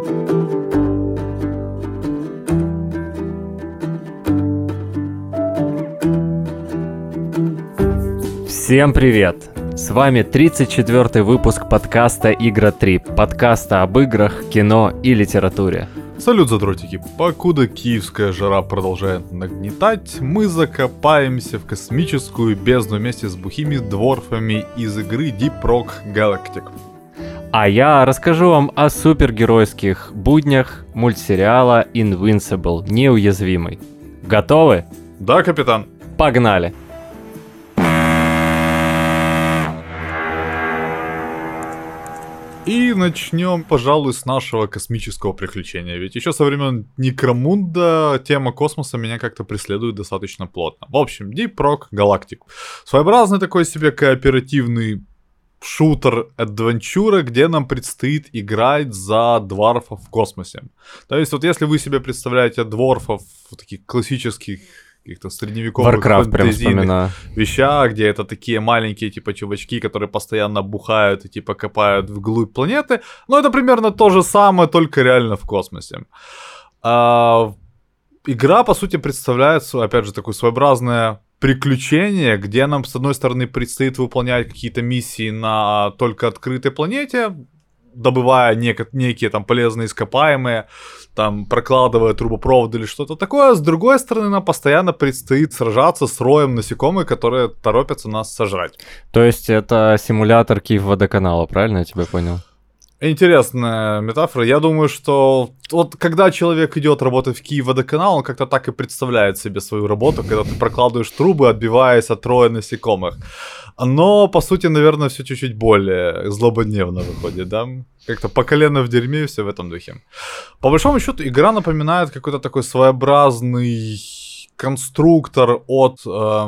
Всем привет! С вами 34-й выпуск подкаста «Игра-3», подкаста об играх, кино и литературе. Салют, задротики! Покуда киевская жара продолжает нагнетать, мы закопаемся в космическую бездну вместе с бухими дворфами из игры Deep Rock Galactic. А я расскажу вам о супергеройских буднях мультсериала Invincible, неуязвимый. Готовы? Да, капитан. Погнали! И начнем, пожалуй, с нашего космического приключения. Ведь еще со времен Некромунда тема космоса меня как-то преследует достаточно плотно. В общем, Deep Rock Galactic. Своеобразный такой себе кооперативный шутер-адвенчура, где нам предстоит играть за дварфов в космосе. То есть вот если вы себе представляете дварфов в таких классических каких-то средневековых фэнтезийных вещах, где это такие маленькие типа чувачки, которые постоянно бухают и типа копают вглубь планеты. Но это примерно то же самое, только реально в космосе. Игра, по сути, представляет, опять же, такое своеобразное приключение, где нам, с одной стороны, предстоит выполнять какие-то миссии на только открытой планете, добывая некие там полезные ископаемые, там прокладывая трубопроводы или что-то такое. А с другой стороны, нам постоянно предстоит сражаться с роем насекомых, которые торопятся нас сожрать. То есть это симулятор Киев-водоканала, правильно я тебя понял? Интересная метафора. Я думаю, что вот когда человек идет работать в Киев-водоканал, он как-то так и представляет себе свою работу, когда ты прокладываешь трубы, отбиваясь от роя насекомых. Но, по сути, наверное, все чуть-чуть более злободневно выходит, да? Как-то по колено в дерьме и все в этом духе. По большому счету, игра напоминает какой-то такой своеобразный конструктор от,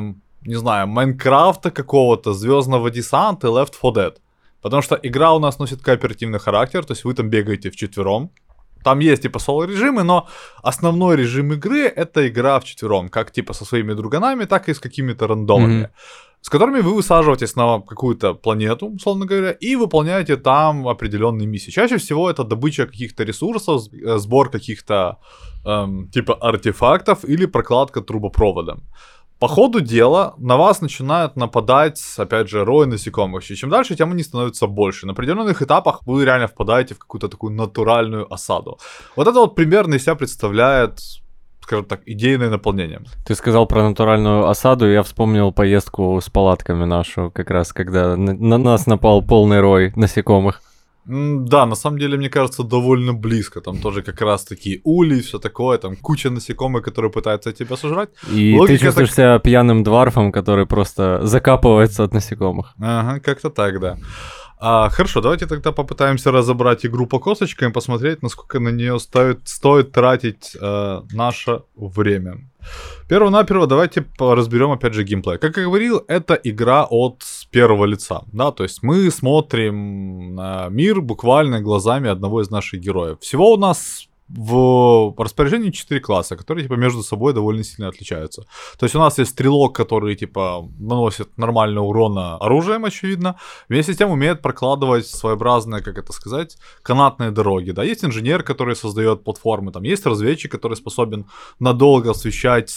не знаю, Майнкрафта какого-то, Звездного десанта и Left 4 Dead. Потому что игра у нас носит кооперативный характер, то есть вы там бегаете вчетвером. Там есть типа соло-режимы, но основной режим игры — это игра вчетвером, как типа со своими друганами, так и с какими-то рандомами, с которыми вы высаживаетесь на какую-то планету, условно говоря, и выполняете там определенные миссии. Чаще всего это добыча каких-то ресурсов, сбор каких-то типа артефактов или прокладка трубопровода. По ходу дела на вас начинают нападать, опять же, рои насекомых. И чем дальше, тем они становятся больше. На определенных этапах вы реально впадаете в какую-то такую натуральную осаду. Вот это вот примерно из себя представляет, скажем так, идейное наполнение. Ты сказал про натуральную осаду, и я вспомнил поездку с палатками нашу, как раз когда на нас напал полный рой насекомых. Да, на самом деле, мне кажется, довольно близко. Там тоже как раз таки улей, все такое, там куча насекомых, которые пытаются тебя сожрать. И логика ты чувствуешь себя пьяным дварфом, который просто закапывается от насекомых. Ага, как-то так, да. Хорошо, давайте тогда попытаемся разобрать игру по косточкам и посмотреть, насколько на нее стоит тратить наше время. Перво-наперво давайте разберем опять же геймплей. Как я говорил, это игра от первого лица, да, то есть мы смотрим на мир буквально глазами одного из наших героев. Всего у нас в распоряжении 4 класса, которые типа между собой довольно сильно отличаются. То есть у нас есть стрелок, который типа наносит нормально урона оружием, очевидно. Вместе с тем умеет прокладывать своеобразные, как это сказать, канатные дороги. Да, есть инженер, который создает платформы, там есть разведчик, который способен надолго освещать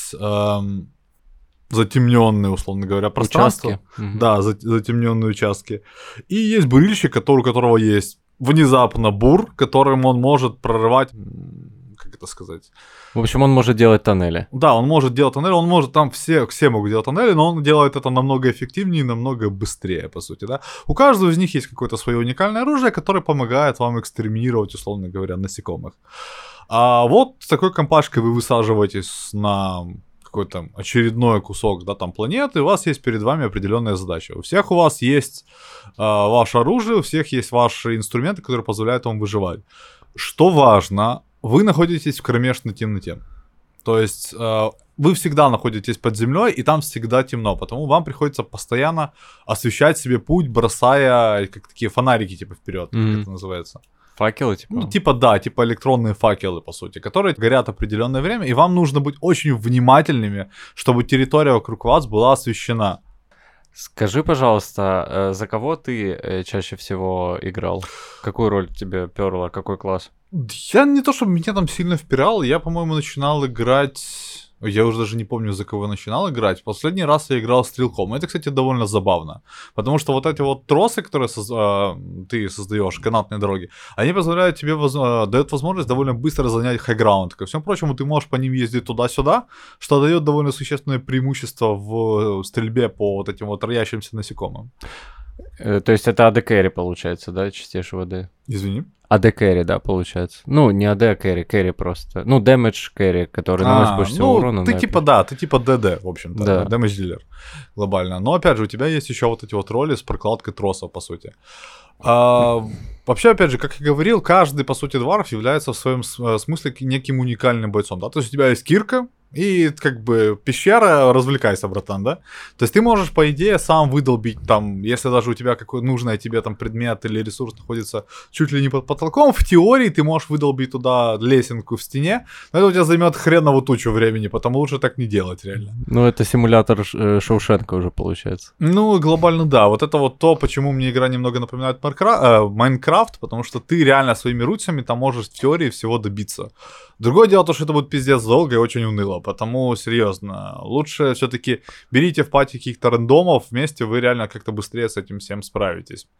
затемненные, условно говоря, пространства. Участки. Да, затемненные участки. И есть бурильщик, у которого есть внезапно бур, которым он может прорывать, как это сказать? В общем, он может делать тоннели. Да, он может делать тоннели, он может, там все могут делать тоннели, но он делает это намного эффективнее и намного быстрее, по сути, да. У каждого из них есть какое-то свое уникальное оружие, которое помогает вам экстреминировать, условно говоря, насекомых. А вот с такой компашкой вы высаживаетесь на какой-то очередной кусок, да, там планеты, и у вас есть перед вами определенная задача. У всех у вас есть ваше оружие, у всех есть ваши инструменты, которые позволяют вам выживать. Что важно, вы находитесь в кромешной темноте. То есть вы всегда находитесь под землей, и там всегда темно, потому вам приходится постоянно освещать себе путь, бросая как такие фонарики типа вперед, как это называется. Факелы, типа? Ну, типа, да, типа электронные факелы, по сути, которые горят определенное время, и вам нужно быть очень внимательными, чтобы территория вокруг вас была освещена. Скажи, пожалуйста, за кого ты чаще всего играл? Какую роль тебе пёрло, какой класс? Я не то, чтобы меня там сильно впирал, я, по-моему, начинал играть... Я уже даже не помню, за кого начинал играть. Последний раз я играл стрелком. Это, кстати, довольно забавно. Потому что вот эти вот тросы, которые ты создаешь, канатные дороги, они позволяют тебе, дают возможность довольно быстро занять хайграунд. Ко всему прочему, ты можешь по ним ездить туда-сюда, что дает довольно существенное преимущество в стрельбе по вот этим вот роящимся насекомым. То есть это AD Carry получается, да, чистейший ВД? Извини. AD Carry, да, получается. Ну, не AD, а Carry, Carry просто. Ну, Damage Carry, который наносит больше всего урона. Ты типа, да, ты типа ДД, в общем-то, да. Damage Dealer глобально. Но, опять же, у тебя есть еще вот эти вот роли с прокладкой тросов, по сути. Вообще, опять же, как я говорил, каждый, по сути, дварф является в своем смысле неким уникальным бойцом, да, то есть у тебя есть кирка, и как бы пещера, развлекайся, братан, да? То есть ты можешь, по идее, сам выдолбить там, если даже у тебя какой нужный тебе там предмет или ресурс находится чуть ли не под потолком, в теории ты можешь выдолбить туда лесенку в стене, но это у тебя займет хренову тучу времени, потому лучше так не делать, реально. Ну, это симулятор Шоушенка уже получается. Ну, глобально да, вот это вот то, почему мне игра немного напоминает Майнкрафт, потому что ты реально своими рутсами там можешь в теории всего добиться. Другое дело то, что это будет пиздец долго и очень уныло, потому, серьезно, лучше все-таки берите в пати каких-то рандомов, вместе вы реально как-то быстрее с этим всем справитесь.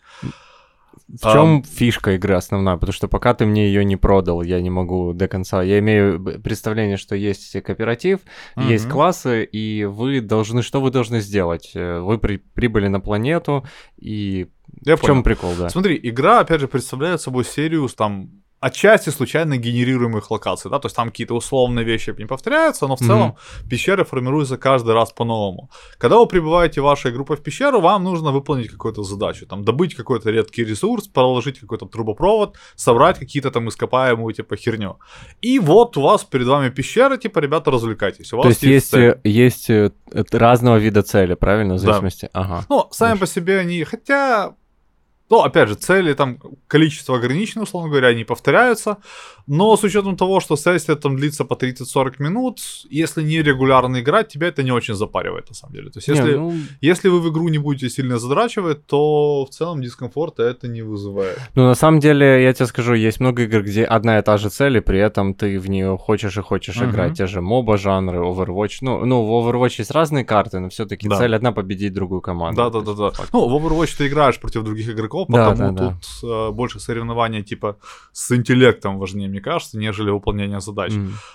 В чем фишка игры основная? Потому что пока ты мне ее не продал, я не могу до конца. Я имею представление, что есть кооператив, есть классы, и вы должны... Что вы должны сделать? Вы прибыли на планету, и в чем прикол, да? Смотри, игра, опять же, представляет собой серию там... отчасти случайно генерируемых локаций, да, то есть там какие-то условные вещи не повторяются, но в целом пещеры формируются каждый раз по-новому. Когда вы прибываете вашей группой в пещеру, вам нужно выполнить какую-то задачу, там, добыть какой-то редкий ресурс, проложить какой-то трубопровод, собрать какие-то там ископаемую, типа, херню. И вот у вас перед вами пещера, типа, ребята, развлекайтесь. У вас то есть разного вида цели, правильно, в зависимости? Да. Ага. Ну, сами по себе они, хотя... Ну, опять же, цели там, количество ограничено, условно говоря, они повторяются, но с учетом того, что сессия там длится по 30-40 минут, если не регулярно играть, тебя это не очень запаривает, на самом деле. То есть, если вы в игру не будете сильно задрачивать, то в целом дискомфорта это не вызывает. Ну, на самом деле, я тебе скажу, есть много игр, где одна и та же цель, и при этом ты в нее хочешь и хочешь играть. Те же моба жанры, Overwatch. Ну, в Overwatch есть разные карты, но все-таки цель одна — победить другую команду. Да. Ну, в Overwatch ты играешь против других игроков, потому тут больше соревнования типа с интеллектом важнее, мне кажется, нежели выполнение задач.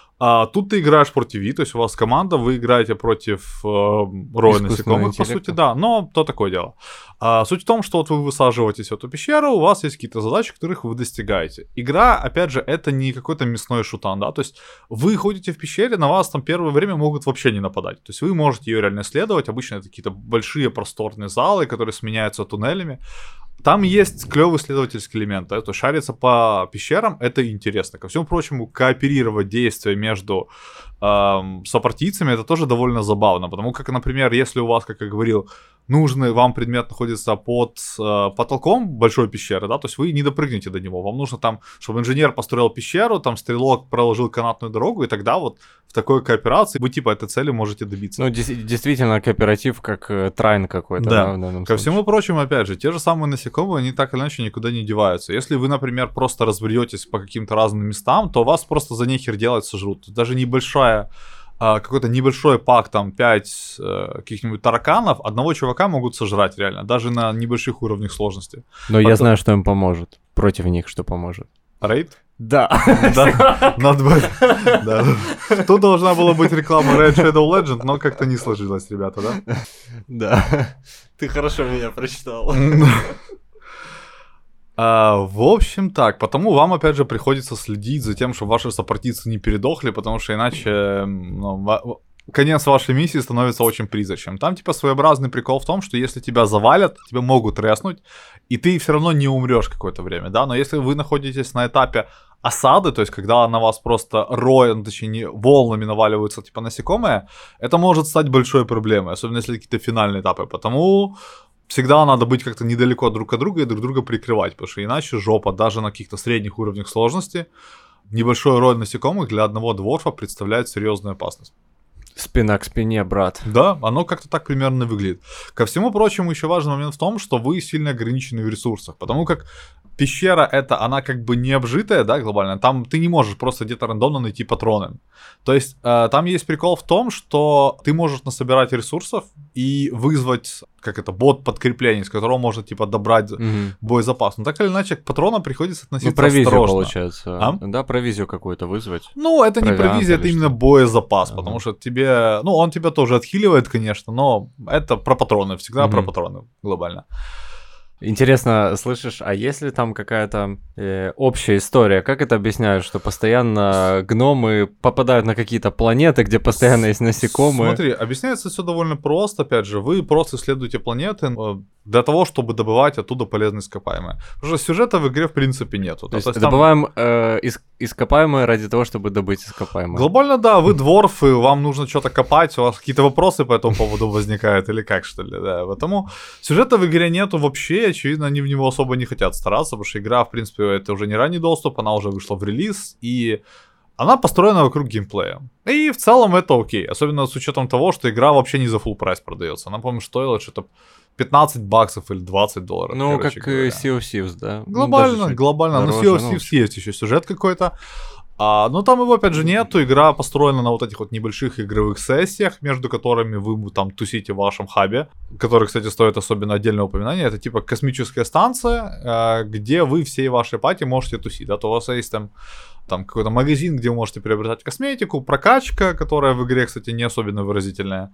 А тут ты играешь против V, то есть у вас команда, вы играете против роя насекомых, по сути, да, но то такое дело. Суть в том, что вот вы высаживаетесь в эту пещеру, у вас есть какие-то задачи, которых вы достигаете. Игра, опять же, это не какой-то мясной шутан, да, то есть вы ходите в пещере, на вас там первое время могут вообще не нападать, то есть вы можете ее реально исследовать, обычно это какие-то большие просторные залы, которые сменяются туннелями. Там есть клевый исследовательский элемент, да, то есть шариться по пещерам — это интересно. Ко всему прочему, кооперировать действия между сопартийцами — это тоже довольно забавно, потому как, например, если у вас, как я говорил, нужный вам предмет находится под потолком большой пещеры, да, то есть вы не допрыгнете до него, вам нужно там, чтобы инженер построил пещеру, там стрелок проложил канатную дорогу, и тогда вот в такой кооперации вы типа этой цели можете добиться. Ну, действительно, кооператив как трайн какой-то. Да, да, ко всему прочему, опять же, те же самые насекомые, они так или иначе никуда не деваются. Если вы, например, просто разберетесь по каким-то разным местам, то вас просто за нехер делать сожрут. Даже небольшая какой-то небольшой пак, там, 5 каких-нибудь тараканов, одного чувака могут сожрать реально, даже на небольших уровнях сложности. Но я знаю, что им поможет. Против них что поможет. Рейд? Да. Да. Тут должна была быть реклама Red Shadow Legend, но как-то не сложилось, ребята, да? Да. Ты хорошо меня прочитал. В общем так, потому вам опять же приходится следить за тем, чтобы ваши сопартийцы не передохли, потому что иначе конец вашей миссии становится очень призрачным. Там типа своеобразный прикол в том, что если тебя завалят, тебя могут резнуть, и ты все равно не умрешь какое-то время, да, но если вы находитесь на этапе осады, то есть когда на вас просто роем, точнее волнами наваливаются типа насекомые, это может стать большой проблемой, особенно если какие-то финальные этапы, потому всегда надо быть как-то недалеко друг от друга и друг друга прикрывать, потому что иначе жопа, даже на каких-то средних уровнях сложности, небольшой рой насекомых для одного дворфа представляет серьезную опасность. Спина к спине, брат. Да, оно как-то так примерно выглядит. Ко всему прочему, еще важный момент в том, что вы сильно ограничены в ресурсах, потому как пещера она как бы не обжитая, да, глобально, там ты не можешь просто где-то рандомно найти патроны. То есть там есть прикол в том, что ты можешь насобирать ресурсов и вызвать, бот подкрепления, с которого можно, типа, добрать боезапас. Но так или иначе, к патронам приходится относиться провизию, осторожно. Получается. Да, провизию какую-то вызвать. Ну, это не провизия, это именно боезапас, потому что тебе, он тебя тоже отхиливает, конечно, но это про патроны, всегда про патроны глобально. Интересно, слышишь, а если там какая-то общая история, как это объясняют, что постоянно гномы попадают на какие-то планеты, где постоянно есть насекомые? Смотри, объясняется все довольно просто, опять же, вы просто исследуете планеты для того, чтобы добывать оттуда полезные ископаемые. Потому что сюжета в игре в принципе нету. То есть добываем ископаемые ради того, чтобы добыть ископаемые? Глобально, да, вы дворфы, вам нужно что-то копать, у вас какие-то вопросы по этому поводу возникают, или как, что ли, да. Потому сюжета в игре нету вообще, очевидно, они в него особо не хотят стараться, потому что игра, в принципе, это уже не ранний доступ, она уже вышла в релиз, и она построена вокруг геймплея. И в целом это окей, особенно с учетом того, что игра вообще не за full прайс продается. Она, по-моему, стоила что-то $15 или $20. Ну, как Sea of Thieves, да? Глобально. На Sea of Thieves есть еще сюжет какой-то. Но там его, опять же, нету. Игра построена на вот этих вот небольших игровых сессиях, между которыми вы там тусите в вашем хабе, который, кстати, стоит особенно отдельного упоминания. Это типа космическая станция, где вы всей вашей пати можете тусить. Да, то у вас есть там какой-то магазин, где вы можете приобретать косметику, прокачка, которая в игре, кстати, не особенно выразительная.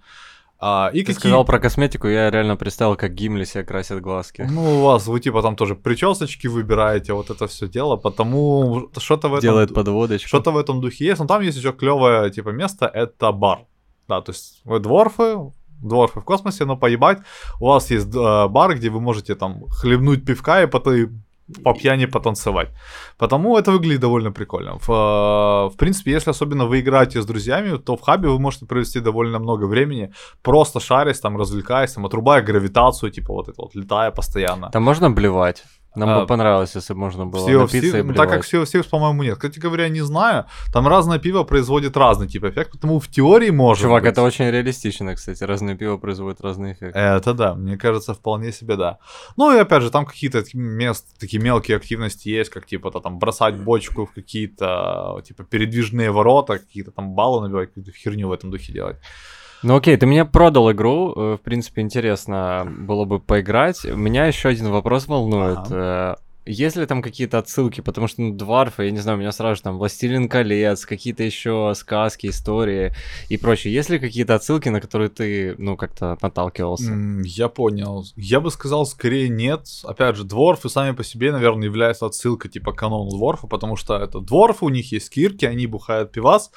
Ты сказал про косметику, я реально представил, как Гимли себе красит глазки. Ну, вы типа там тоже причесочки выбираете, вот это все дело, потому что-то в этом... Делает подводочку. Что-то в этом духе есть, но там есть еще клевое типа место, это бар. Да, то есть вы дворфы в космосе, но поебать, у вас есть бар, где вы можете там хлебнуть пивка и потом по пьяни потанцевать. Потому это выглядит довольно прикольно. В принципе, если особенно вы играете с друзьями, то в хабе вы можете провести довольно много времени, просто шарясь, там, развлекаясь, там, отрубая гравитацию, типа вот это вот, летая постоянно. Там можно блевать? Нам бы понравилось, если бы можно было напиться и блевать. Так как в Sea of Thieves, по-моему, нет. Кстати говоря, не знаю. Там разное пиво производит разный тип эффект, потому в теории может Чувак, быть. Это очень реалистично, кстати. Разное пиво производит разный эффект. Это да, мне кажется, вполне себе да. Ну и опять же, там какие-то такие мелкие активности есть, как типа там бросать бочку в какие-то типа передвижные ворота, какие-то там баллы набивать, какую-то херню в этом духе делать. Ну окей, ты мне продал игру, в принципе, интересно было бы поиграть. Меня еще один вопрос волнует. Есть ли там какие-то отсылки? Потому что, дварфы, я не знаю, у меня сразу же там «Властелин колец», какие-то еще сказки, истории и прочее. Есть ли какие-то отсылки, на которые ты, как-то наталкивался? Я понял. Я бы сказал, скорее нет. Опять же, дворфы сами по себе, наверное, являются отсылкой, типа, к канону дворфа, потому что это дворфы, у них есть кирки, они бухают пивас,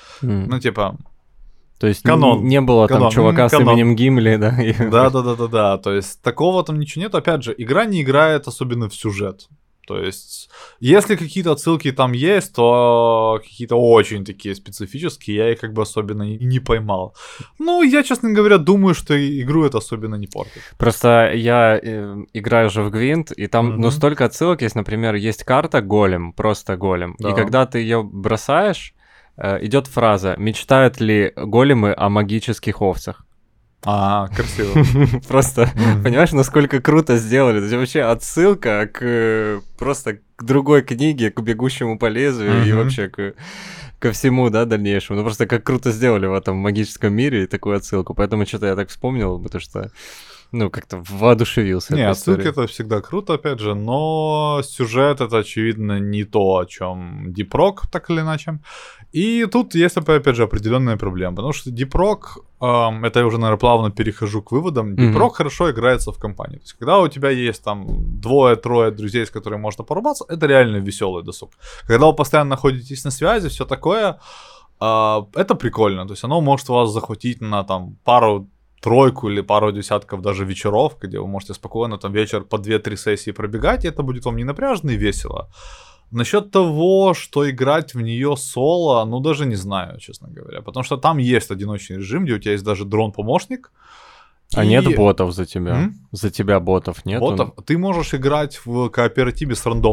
То есть не было там чувака с именем Гимли, да? Да. То есть такого там ничего нет. Опять же, игра не играет особенно в сюжет. То есть, если какие-то отсылки там есть, то какие-то очень такие специфические, я их как бы особенно не поймал. Ну, я, честно говоря, думаю, что игру это особенно не портит. Просто я играю же в Гвинт, и там, столько отсылок есть. Например, есть карта Голем, просто Голем. Да. И когда ты ее бросаешь, идет фраза: «Мечтают ли големы о магических овцах?» Красиво. Просто, понимаешь, насколько круто сделали. То есть вообще отсылка просто к другой книге, к «Бегущему по лезвию» и вообще ко всему, да, дальнейшему. Ну просто как круто сделали в этом магическом мире такую отсылку. Поэтому что-то я так вспомнил, потому что как-то воодушевился. Не, отсылки это всегда круто, опять же, но сюжет это, очевидно, не то, о чем Deep Rock, так или иначе. И тут есть, опять же, определенная проблема, потому что Deep Rock, это я уже, наверное, плавно перехожу к выводам, Deep Rock хорошо играется в компании. То есть, когда у тебя есть там 2-3 друзей, с которыми можно порубаться, это реально веселый досуг. Когда вы постоянно находитесь на связи, все такое, это прикольно. То есть, оно может вас захватить на там пару-тройку или пару десятков даже вечеров, где вы можете спокойно там вечер по 2-3 сессии пробегать, и это будет вам не напряжно и весело. Насчет того, что играть в нее соло, даже не знаю, честно говоря. Потому что там есть одиночный режим, где у тебя есть даже дрон-помощник. Нет ботов за тебя? За тебя ботов нет? Ботов? Ты можешь играть в кооперативе с рандомами.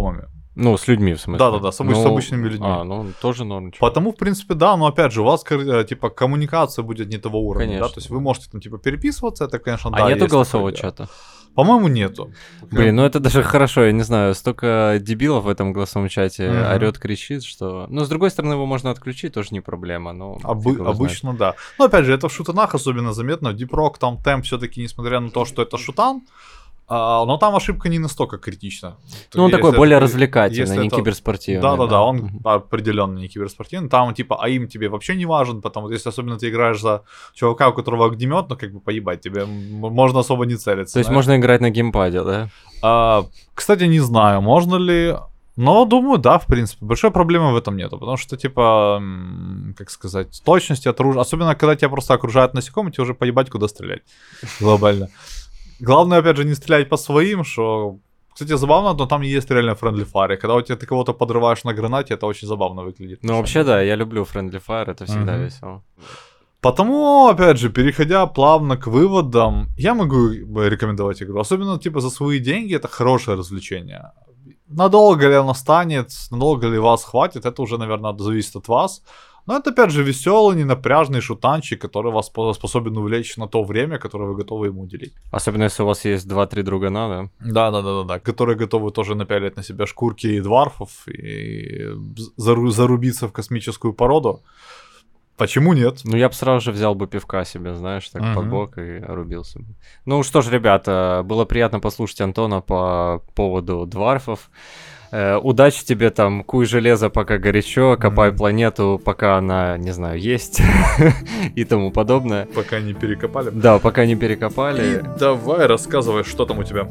Ну, с людьми, в смысле. Да-да-да, с обычными людьми. Ну, тоже норм. Потому, в принципе, да, но опять же, у вас, типа, коммуникация будет не того уровня, Конечно, да, то есть вы можете там, типа, переписываться, это, конечно, да. А нету голосового чата? По-моему, нету. Блин, ну это даже хорошо, я не знаю, столько дебилов в этом голосовом чате орёт, кричит, что... Ну, с другой стороны, его можно отключить, тоже не проблема, но... Обычно, да. Но, опять же, это в шутанах особенно заметно, в Deep Rock там темп все-таки, несмотря на то, что это шутан, но там ошибка не настолько критична. Ну, он такой более развлекательный, не киберспортивный. Да-да-да, он определенно не киберспортивный. Там типа АИМ тебе вообще не важен, потому что если особенно ты играешь за чувака, у которого огнемет, ну как бы поебать, тебе можно особо не целиться. То есть можно играть на геймпаде, да? Кстати, не знаю, можно ли... Но, думаю, да, в принципе. Большой проблемы в этом нету, потому что, типа, как сказать, точность от оружия... Особенно, когда тебя просто окружают насекомые, тебе уже поебать, куда стрелять глобально. Главное, опять же, не стрелять по своим, что... Кстати, забавно, но там есть реально friendly fire. Когда ты кого-то подрываешь на гранате, это очень забавно выглядит. Ну, вообще, да, я люблю friendly fire, это всегда весело. Потому, опять же, переходя плавно к выводам, я могу рекомендовать игру. Особенно, типа, за свои деньги, это хорошее развлечение. Надолго ли оно станет, надолго ли вас хватит, это уже, наверное, зависит от вас. Но это, опять же, веселый, ненапряжный шутанчик, который вас способен увлечь на то время, которое вы готовы ему уделить. Особенно, если у вас есть 2-3 другана, да? Да, которые готовы тоже напялить на себя шкурки дварфов и зарубиться в космическую породу. Почему нет? Ну, я бы сразу же взял бы пивка себе, знаешь, так под бок и рубился бы. Ну что ж, ребята, было приятно послушать Антона по поводу дварфов. Удачи тебе там, куй железо, пока горячо, копай планету, пока она, не знаю, есть и тому подобное. Пока не перекопали. Да, пока не перекопали. И давай рассказывай, что там у тебя.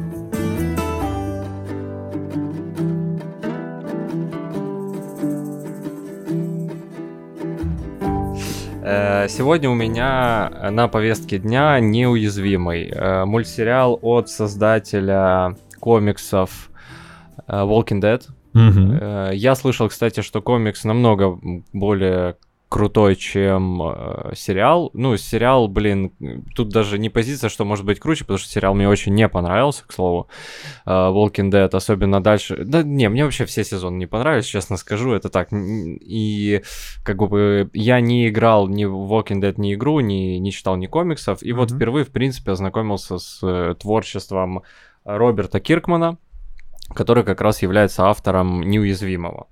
Сегодня у меня на повестке дня «Неуязвимый». Мультсериал от создателя комиксов Walking Dead. Я слышал, кстати, что комикс намного более крутой, чем сериал. Ну, сериал, блин, тут даже не позиция, что может быть круче, потому что сериал мне очень не понравился, к слову. Walking Dead, особенно дальше. Да не, мне вообще все сезоны не понравились, честно скажу, это так. И как бы я не играл ни в Walking Dead, ни игру, не читал ни комиксов. И вот впервые, в принципе, ознакомился с творчеством Роберта Киркмана, который как раз является автором «Неуязвимого».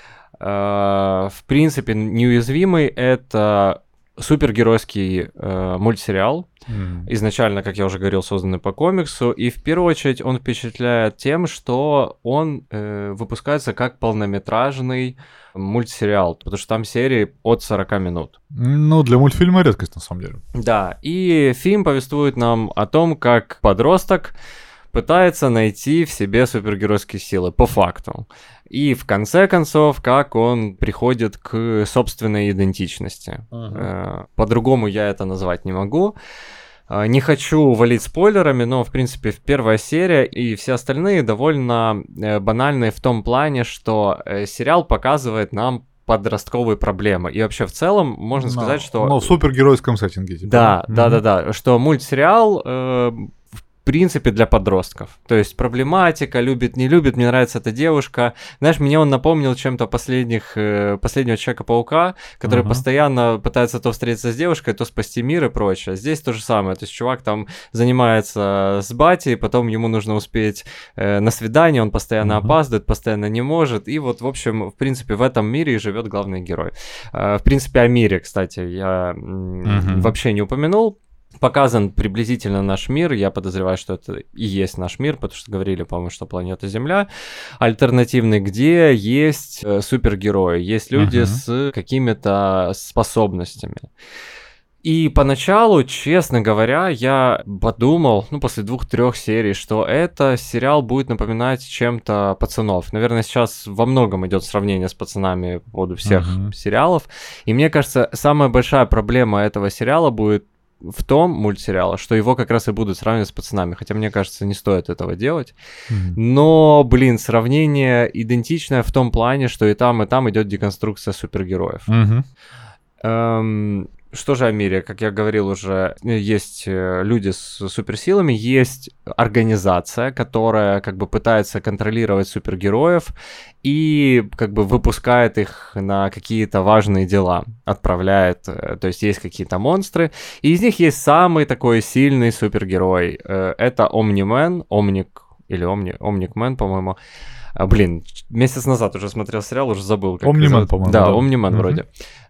В принципе, «Неуязвимый» — это супергеройский мультсериал. Изначально, как я уже говорил, созданный по комиксу. И в первую очередь он впечатляет тем, что он выпускается как полнометражный мультсериал, потому что там серии от 40 минут. Ну, для мультфильма редкость, на самом деле. Да, и фильм повествует нам о том, как подросток пытается найти в себе супергеройские силы, по факту. И в конце концов, как он приходит к собственной идентичности. По-другому я это назвать не могу. Не хочу валить спойлерами, но, в принципе, первая серия и все остальные довольно банальные в том плане, что сериал показывает нам подростковые проблемы. И вообще в целом можно сказать, что... Ну, в супергеройском сеттинге. Типа. Да, что мультсериал... в принципе, для подростков. То есть проблематика, любит, не любит, мне нравится эта девушка. Знаешь, мне он напомнил чем-то последнего Человека-паука, который постоянно пытается то встретиться с девушкой, то спасти мир и прочее. Здесь то же самое. То есть чувак там занимается с батей, потом ему нужно успеть на свидание, он постоянно опаздывает, постоянно не может. И вот, в общем, в принципе, в этом мире и живет главный герой. В принципе, о мире, кстати, я вообще не упомянул. Показан приблизительно наш мир, я подозреваю, что это и есть наш мир, потому что говорили, по-моему, что планета Земля альтернативный, где есть супергерои, есть люди с какими-то способностями. И поначалу, честно говоря, я подумал, после 2-3 серий, что это сериал будет напоминать чем-то «Пацанов». Наверное, сейчас во многом идет сравнение с «Пацанами» по поводу всех сериалов. И мне кажется, самая большая проблема этого сериала будет в том мультсериала, что его как раз и будут сравнивать с «Пацанами», хотя мне кажется, не стоит этого делать. Но, блин, сравнение идентичное в том плане, что и там идет деконструкция супергероев. что же о мире? Как я говорил уже, есть люди с суперсилами, есть организация, которая как бы пытается контролировать супергероев и как бы выпускает их на какие-то важные дела, отправляет, то есть есть какие-то монстры, и из них есть самый такой сильный супергерой. Это Омни-Мен, Омник-Мен, по-моему. Блин, месяц назад уже смотрел сериал, уже забыл. Омни-Мен, по-моему. Да, Омни-Мен вроде.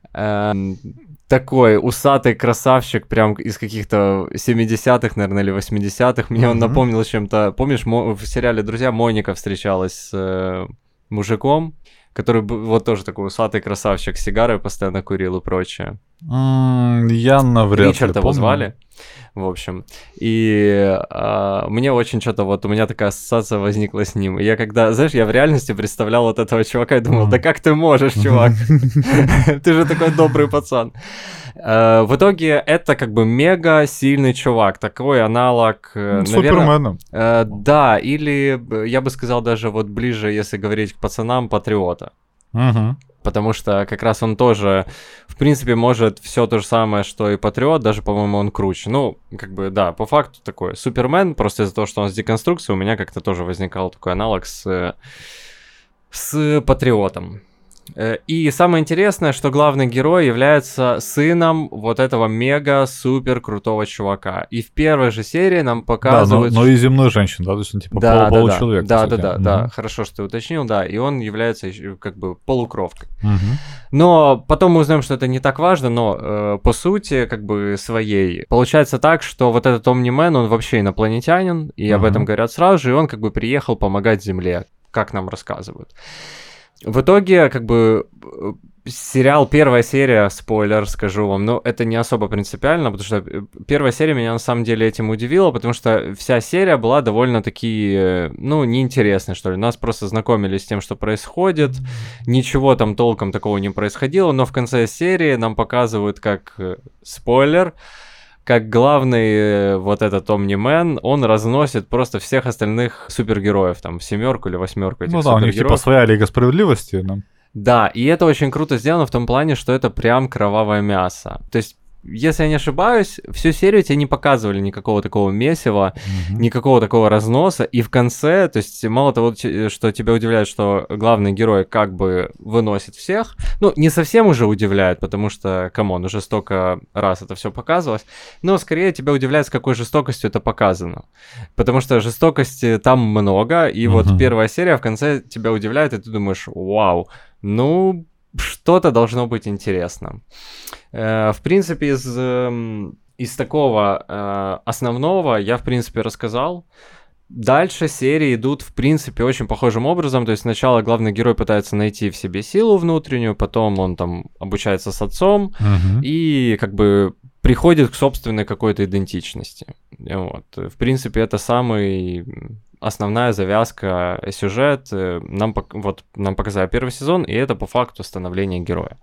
Такой усатый красавчик, прям из каких-то 70-х, наверное, или 80-х. Мне он напомнил чем-то... Помнишь, в сериале «Друзья» Моника встречалась с мужиком, который вот тоже такой усатый красавчик, сигарой постоянно курил и прочее. Я навряд ли Ричард его звали. В общем, и мне очень что-то вот, у меня такая ассоциация возникла с ним. И я когда, знаешь, я в реальности представлял вот этого чувака и думал, да как ты можешь, чувак? Ты же такой добрый пацан. В итоге это как бы мега сильный чувак, такой аналог, Супермена. Да, или я бы сказал даже вот ближе, если говорить к пацанам, Патриота. Потому что как раз он тоже, в принципе, может все то же самое, что и Патриот, даже, по-моему, он круче. Ну, как бы, да, по факту такой Супермен, просто из-за того, что он с деконструкцией, у меня как-то тоже возникал такой аналог с Патриотом. И самое интересное, что главный герой является сыном вот этого мега-супер крутого чувака. И в первой же серии нам показывают... Да, но и земной женщин, да? То есть он типа получеловек. Да, хорошо, что ты уточнил, да. И он является как бы полукровкой. Но потом мы узнаем, что это не так важно, но по сути, как бы своей. Получается так, что вот этот Омни-Мен, он вообще инопланетянин, и об этом говорят сразу же, и он как бы приехал помогать Земле, как нам рассказывают. В итоге, как бы, сериал, первая серия, спойлер, скажу вам, но это не особо принципиально, потому что первая серия меня на самом деле этим удивила, потому что вся серия была довольно-таки, ну, неинтересной, что ли. Нас просто знакомили с тем, что происходит, ничего там толком такого не происходило, но в конце серии нам показывают, как, спойлер, как главный вот этот Омни-Мен, он разносит просто всех остальных супергероев, там, в 7 или 8 этих супергероев. Ну да, у них типа своя Лига Справедливости. Да, и это очень круто сделано в том плане, что это прям кровавое мясо. То есть, если я не ошибаюсь, всю серию тебе не показывали никакого такого месива, никакого такого разноса, и в конце, то есть мало того, что тебя удивляет, что главный герой как бы выносит всех, ну, не совсем уже удивляет, потому что, камон, уже столько раз это все показывалось, но скорее тебя удивляет, с какой жестокостью это показано, потому что жестокости там много, и вот первая серия в конце тебя удивляет, и ты думаешь, вау, ну... что-то должно быть интересно. В принципе, из такого основного я, в принципе, рассказал. Дальше серии идут, в принципе, очень похожим образом. То есть сначала главный герой пытается найти в себе силу внутреннюю, потом он там обучается с отцом и как бы приходит к собственной какой-то идентичности. Вот. В принципе, это основная завязка, сюжет. Нам показали первый сезон, и это по факту становление героя.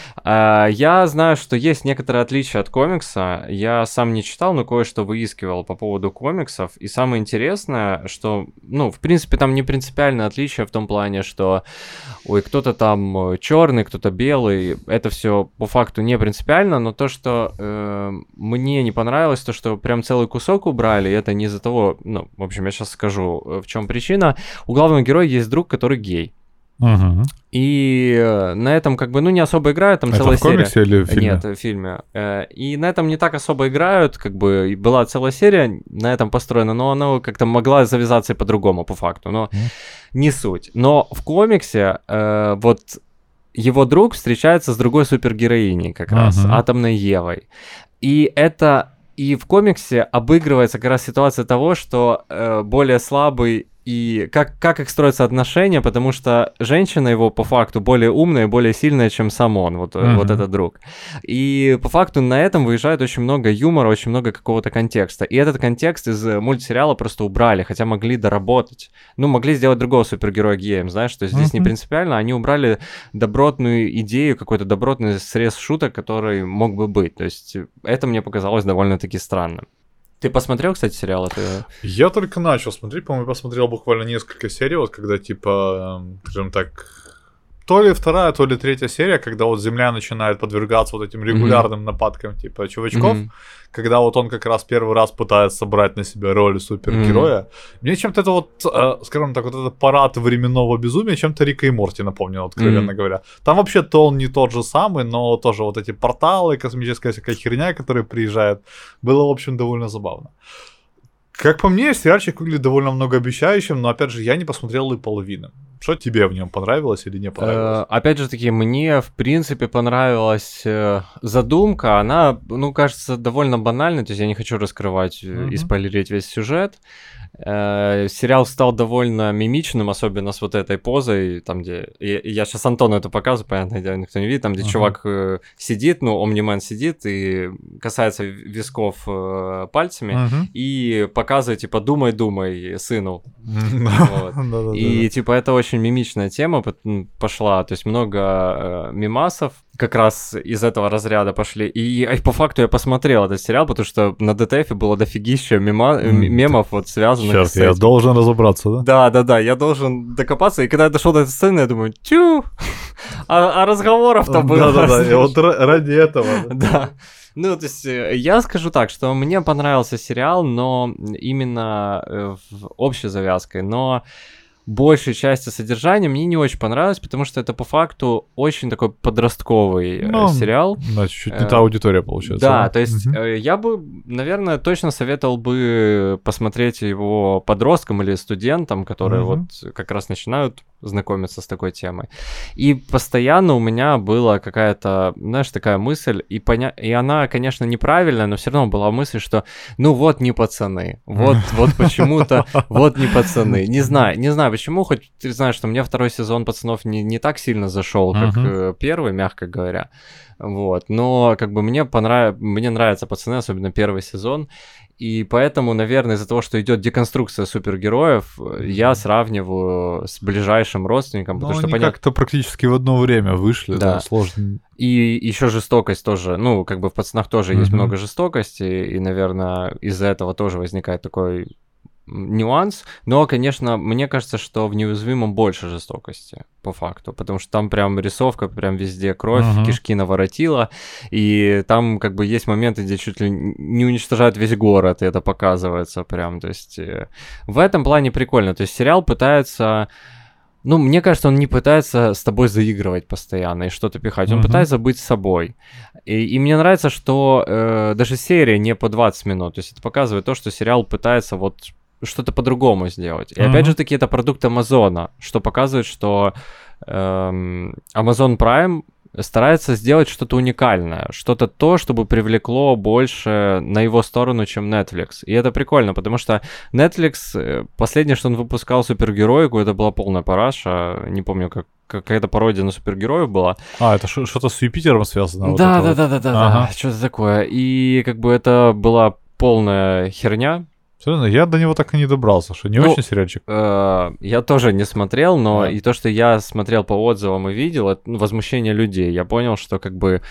Я знаю, что есть некоторые отличия от комикса. Я сам не читал, но кое-что выискивал по поводу комиксов. И самое интересное, что, ну, в принципе, там не принципиальное отличие в том плане, что, ой, кто-то там черный, кто-то белый. Это все по факту не принципиально, но то, что мне не понравилось, то, что прям целый кусок убрали, и это не из-за того, ну, в общем, я сейчас скажу, в чем причина. У главного героя есть друг, который гей. И на этом как бы, ну, не особо играют, там целая серия. Это в комиксе или в фильме? Нет, в фильме. И на этом не так особо играют, как бы была целая серия на этом построена, но она как-то могла завязаться и по-другому, по факту, но не суть. Но в комиксе вот его друг встречается с другой супергероиней как раз, Атомной Евой. И в комиксе обыгрывается как раз ситуация того, что более слабый и как их строятся отношения, потому что женщина его по факту более умная и более сильная, чем сам он, вот этот друг. И по факту на этом выезжает очень много юмора, очень много какого-то контекста. И этот контекст из мультсериала просто убрали, хотя могли доработать. Ну, могли сделать другого супергероя геем, знаешь, что здесь не принципиально. Они убрали добротную идею, какой-то добротный срез шуток, который мог бы быть. То есть это мне показалось довольно-таки странным. Ты посмотрел, кстати, сериал? Это... Я только начал смотреть, по-моему, посмотрел буквально несколько серий, вот когда, типа, скажем так, то ли вторая, то ли третья серия, когда вот Земля начинает подвергаться вот этим регулярным нападкам типа чувачков, когда вот он как раз первый раз пытается брать на себя роль супергероя. Мне чем-то это вот, скажем так, вот этот парад временного безумия чем-то Рика и Морти напомнил, откровенно говоря. Там вообще тон не тот же самый, но тоже вот эти порталы, космическая всякая херня, которая приезжает, было, в общем, довольно забавно. Как по мне, сериальчик выглядит довольно многообещающим, но, опять же, я не посмотрел и половины. Что тебе в нем понравилось или не понравилось? Опять же таки, мне, в принципе, понравилась задумка. Она, ну, кажется, довольно банальной, то есть я не хочу раскрывать и спойлерить весь сюжет. Сериал стал довольно мимичным, особенно с вот этой позой, там, где... Я сейчас Антону это показываю, понятно, никто не видит, там, где чувак сидит, ну, Омни-мен сидит и касается висков пальцами и показывает, типа, думай, сыну. И, типа, это очень мимичная тема пошла, то есть много мемасов как раз из этого разряда пошли. И по факту я посмотрел этот сериал, потому что на ДТФ было дофигища мемов, вот связанных Черт, с этим. я должен разобраться, да? Да, я должен докопаться. И когда я дошел до этой сцены, я думаю, а разговоров-то было. Да, и вот ради этого. Да. Ну, то есть, я скажу так, что мне понравился сериал, но именно общей завязкой, но большей части содержания мне не очень понравилось, потому что это по факту очень такой подростковый сериал. Да, чуть-чуть не та аудитория получается. Да, то есть я бы, наверное, точно советовал бы посмотреть его подросткам или студентам, которые вот как раз начинают знакомиться с такой темой. И постоянно у меня была какая-то, знаешь, такая мысль, и она, конечно, неправильная, но все равно была мысль, что ну вот не пацаны, вот почему-то вот не пацаны. Не знаю почему, хоть ты знаешь, что мне второй сезон «Пацанов» не так сильно зашел, как первый, мягко говоря. Вот, но как бы мне нравятся «Пацаны», особенно первый сезон, и поэтому, наверное, из-за того, что идет деконструкция супергероев, я сравниваю с ближайшим родственником, потому что они как-то практически в одно время вышли, да, сложно. И еще жестокость тоже, ну, как бы в «Пацанах» тоже есть много жестокости, и, наверное, из-за этого тоже возникает такой нюанс, но, конечно, мне кажется, что в «Неуязвимом» больше жестокости, по факту, потому что там прям рисовка, прям везде кровь, кишки наворотила, и там как бы есть моменты, где чуть ли не уничтожают весь город, и это показывается прям, то есть в этом плане прикольно, то есть сериал пытается... Ну, мне кажется, он не пытается с тобой заигрывать постоянно и что-то пихать, он пытается быть собой. И мне нравится, что даже серия не по 20 минут, то есть это показывает то, что сериал пытается вот что-то по-другому сделать. И опять же таки это продукт Амазона, что показывает, что Amazon Prime старается сделать что-то уникальное, что-то то, чтобы привлекло больше на его сторону, чем Netflix. И это прикольно, потому что Netflix, последнее, что он выпускал супергероику, это была полная параша, не помню, какая-то пародия на супергероев была. Это что-то с Юпитером связано? Да, что-то такое. И как бы это была полная херня. Я до него так и не добрался, что не очень сериальчик. Я тоже не смотрел, но и то, что я смотрел по отзывам и видел, это возмущение людей. Я понял, что как бы,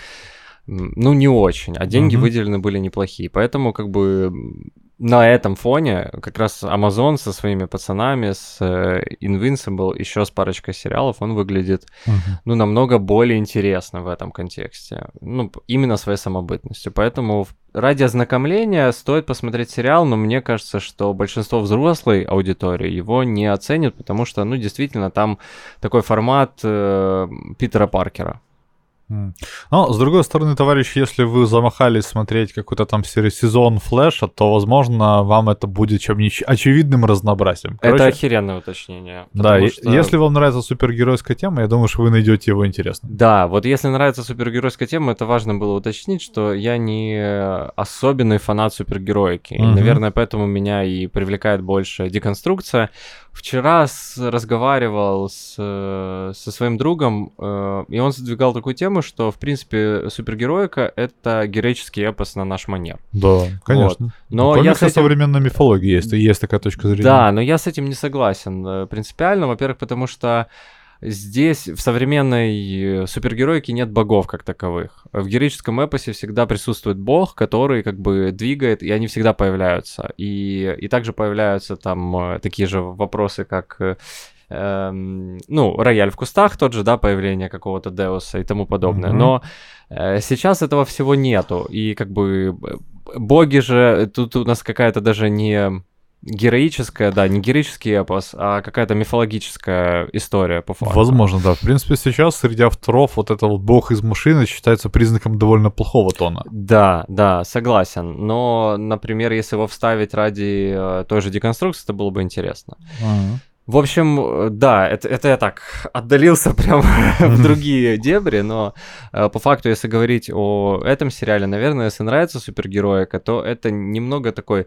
ну, не очень, а деньги выделены были неплохие. Поэтому как бы на этом фоне как раз Amazon со своими пацанами, с Invincible, еще с парочкой сериалов, он выглядит, ну, намного более интересно в этом контексте. Ну, именно своей самобытностью. Поэтому ради ознакомления стоит посмотреть сериал, но мне кажется, что большинство взрослой аудитории его не оценит, потому что, ну, действительно, там такой формат Питера Паркера. Но, с другой стороны, товарищи, если вы замахались смотреть какой-то там сезон Флэша, то, возможно, вам это будет чем-нибудь очевидным разнообразием. Это охеренное уточнение. Да, если вам нравится супергеройская тема, я думаю, что вы найдете его интересным. Да, вот если нравится супергеройская тема, это важно было уточнить, что я не особенный фанат супергероики. И, наверное, поэтому меня и привлекает больше деконструкция. Вчера разговаривал со своим другом, и он задвигал такую тему, что, в принципе, супергероика — это героический эпос на наш манер. Да, конечно. Вот. Но я с этим... современной мифологии есть такая точка зрения. Да, но я с этим не согласен принципиально. Во-первых, потому что здесь в современной супергероике нет богов как таковых. В героическом эпосе всегда присутствует бог, который как бы двигает, и они всегда появляются. И также появляются там такие же вопросы, как рояль в кустах тот же, да, появление какого-то Деуса и тому подобное. Но сейчас этого всего нету. И как бы боги же, тут у нас какая-то даже не героическая, да, не героический эпос, а какая-то мифологическая история по факту. Возможно, да. В принципе, сейчас среди авторов вот это вот бог из машины считается признаком довольно плохого тона. Да, согласен. Но, например, если его вставить ради той же деконструкции, это было бы интересно. В общем, да, это я так отдалился прям в другие дебри, но по факту, если говорить о этом сериале, наверное, если нравится супергероика, то это немного такой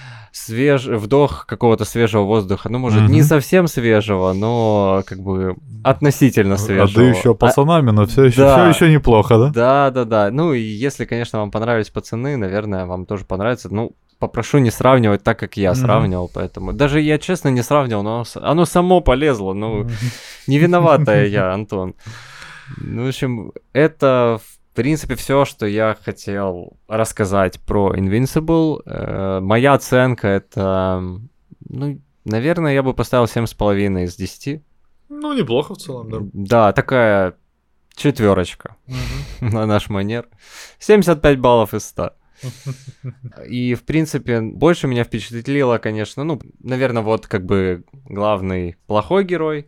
вдох какого-то свежего воздуха. Ну, может, не совсем свежего, но как бы относительно свежего. А да еще пацанами, но все еще неплохо, да? Да. Ну, и если, конечно, вам понравились пацаны, наверное, вам тоже понравится. Ну, попрошу не сравнивать так, как я сравнивал, поэтому... Даже я, честно, не сравнивал, но оно само полезло. Ну, не виноватая я, Антон. Ну, в общем, это... В принципе, все, что я хотел рассказать про Invincible. Моя оценка это, ну, наверное, я бы поставил 7,5 из 10. Ну, неплохо в целом, да. Да, такая 4 на наш манер. 75 баллов из 100. И, в принципе, больше меня впечатлило, конечно, ну, наверное, вот как бы главный плохой герой.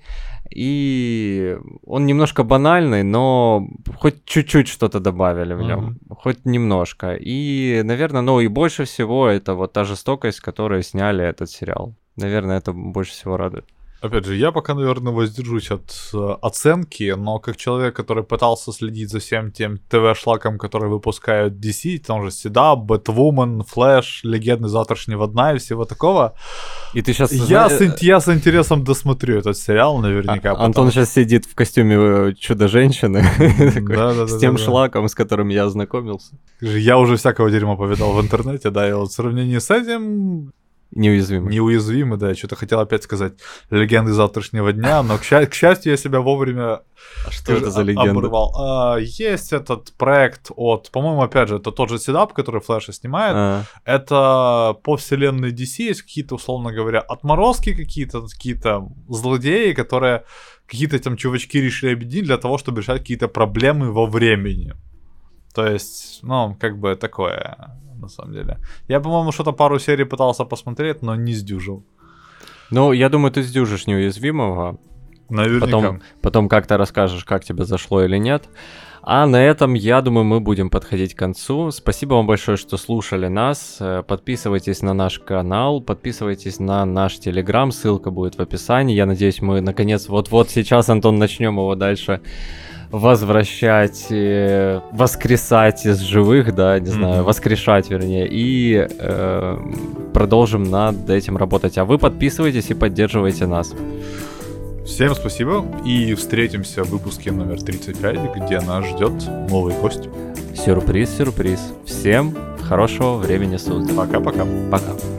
И он немножко банальный, но хоть чуть-чуть что-то добавили в нем, хоть немножко. И, наверное, ну и больше всего это вот та жестокость, которой сняли этот сериал. Наверное, это больше всего радует. Опять же, я пока, наверное, воздержусь от оценки, но как человек, который пытался следить за всем тем ТВ-шлаком, который выпускают DC, там же Седап, Бэтвумен, Флэш, Легенды завтрашнего дня и всего такого, и ты сейчас... Я с интересом досмотрю этот сериал наверняка. Антон сейчас сидит в костюме Чудо-женщины, с тем шлаком, с которым я ознакомился. Я уже всякого дерьма повидал в интернете, да, и вот в сравнении с этим... Неуязвимый, да, я что-то хотел опять сказать «Легенды завтрашнего дня», но, к счастью, я себя вовремя что это за легенда? Оборвал. Есть этот проект от, по-моему, опять же, это тот же Седап, который Флэша снимает. Это по вселенной DC есть какие-то, условно говоря, отморозки какие-то злодеи, которые какие-то там чувачки решили объединить для того, чтобы решать какие-то проблемы во времени. То есть, ну, как бы такое... на самом деле. Я, по-моему, что-то пару серий пытался посмотреть, но не сдюжил. Ну, я думаю, ты сдюжишь неуязвимого. Наверняка. Потом как-то расскажешь, как тебе зашло или нет. А на этом, я думаю, мы будем подходить к концу. Спасибо вам большое, что слушали нас. Подписывайтесь на наш канал, подписывайтесь на наш Телеграм, ссылка будет в описании. Я надеюсь, мы, наконец, вот сейчас, Антон, начнем его дальше возвращать, воскресать из живых, да, не знаю, воскрешать, вернее, и продолжим над этим работать. А вы подписывайтесь и поддерживайте нас. Всем спасибо, и встретимся в выпуске номер 35, где нас ждет новый гость. Сюрприз. Всем хорошего времени суток. Пока-пока. Пока.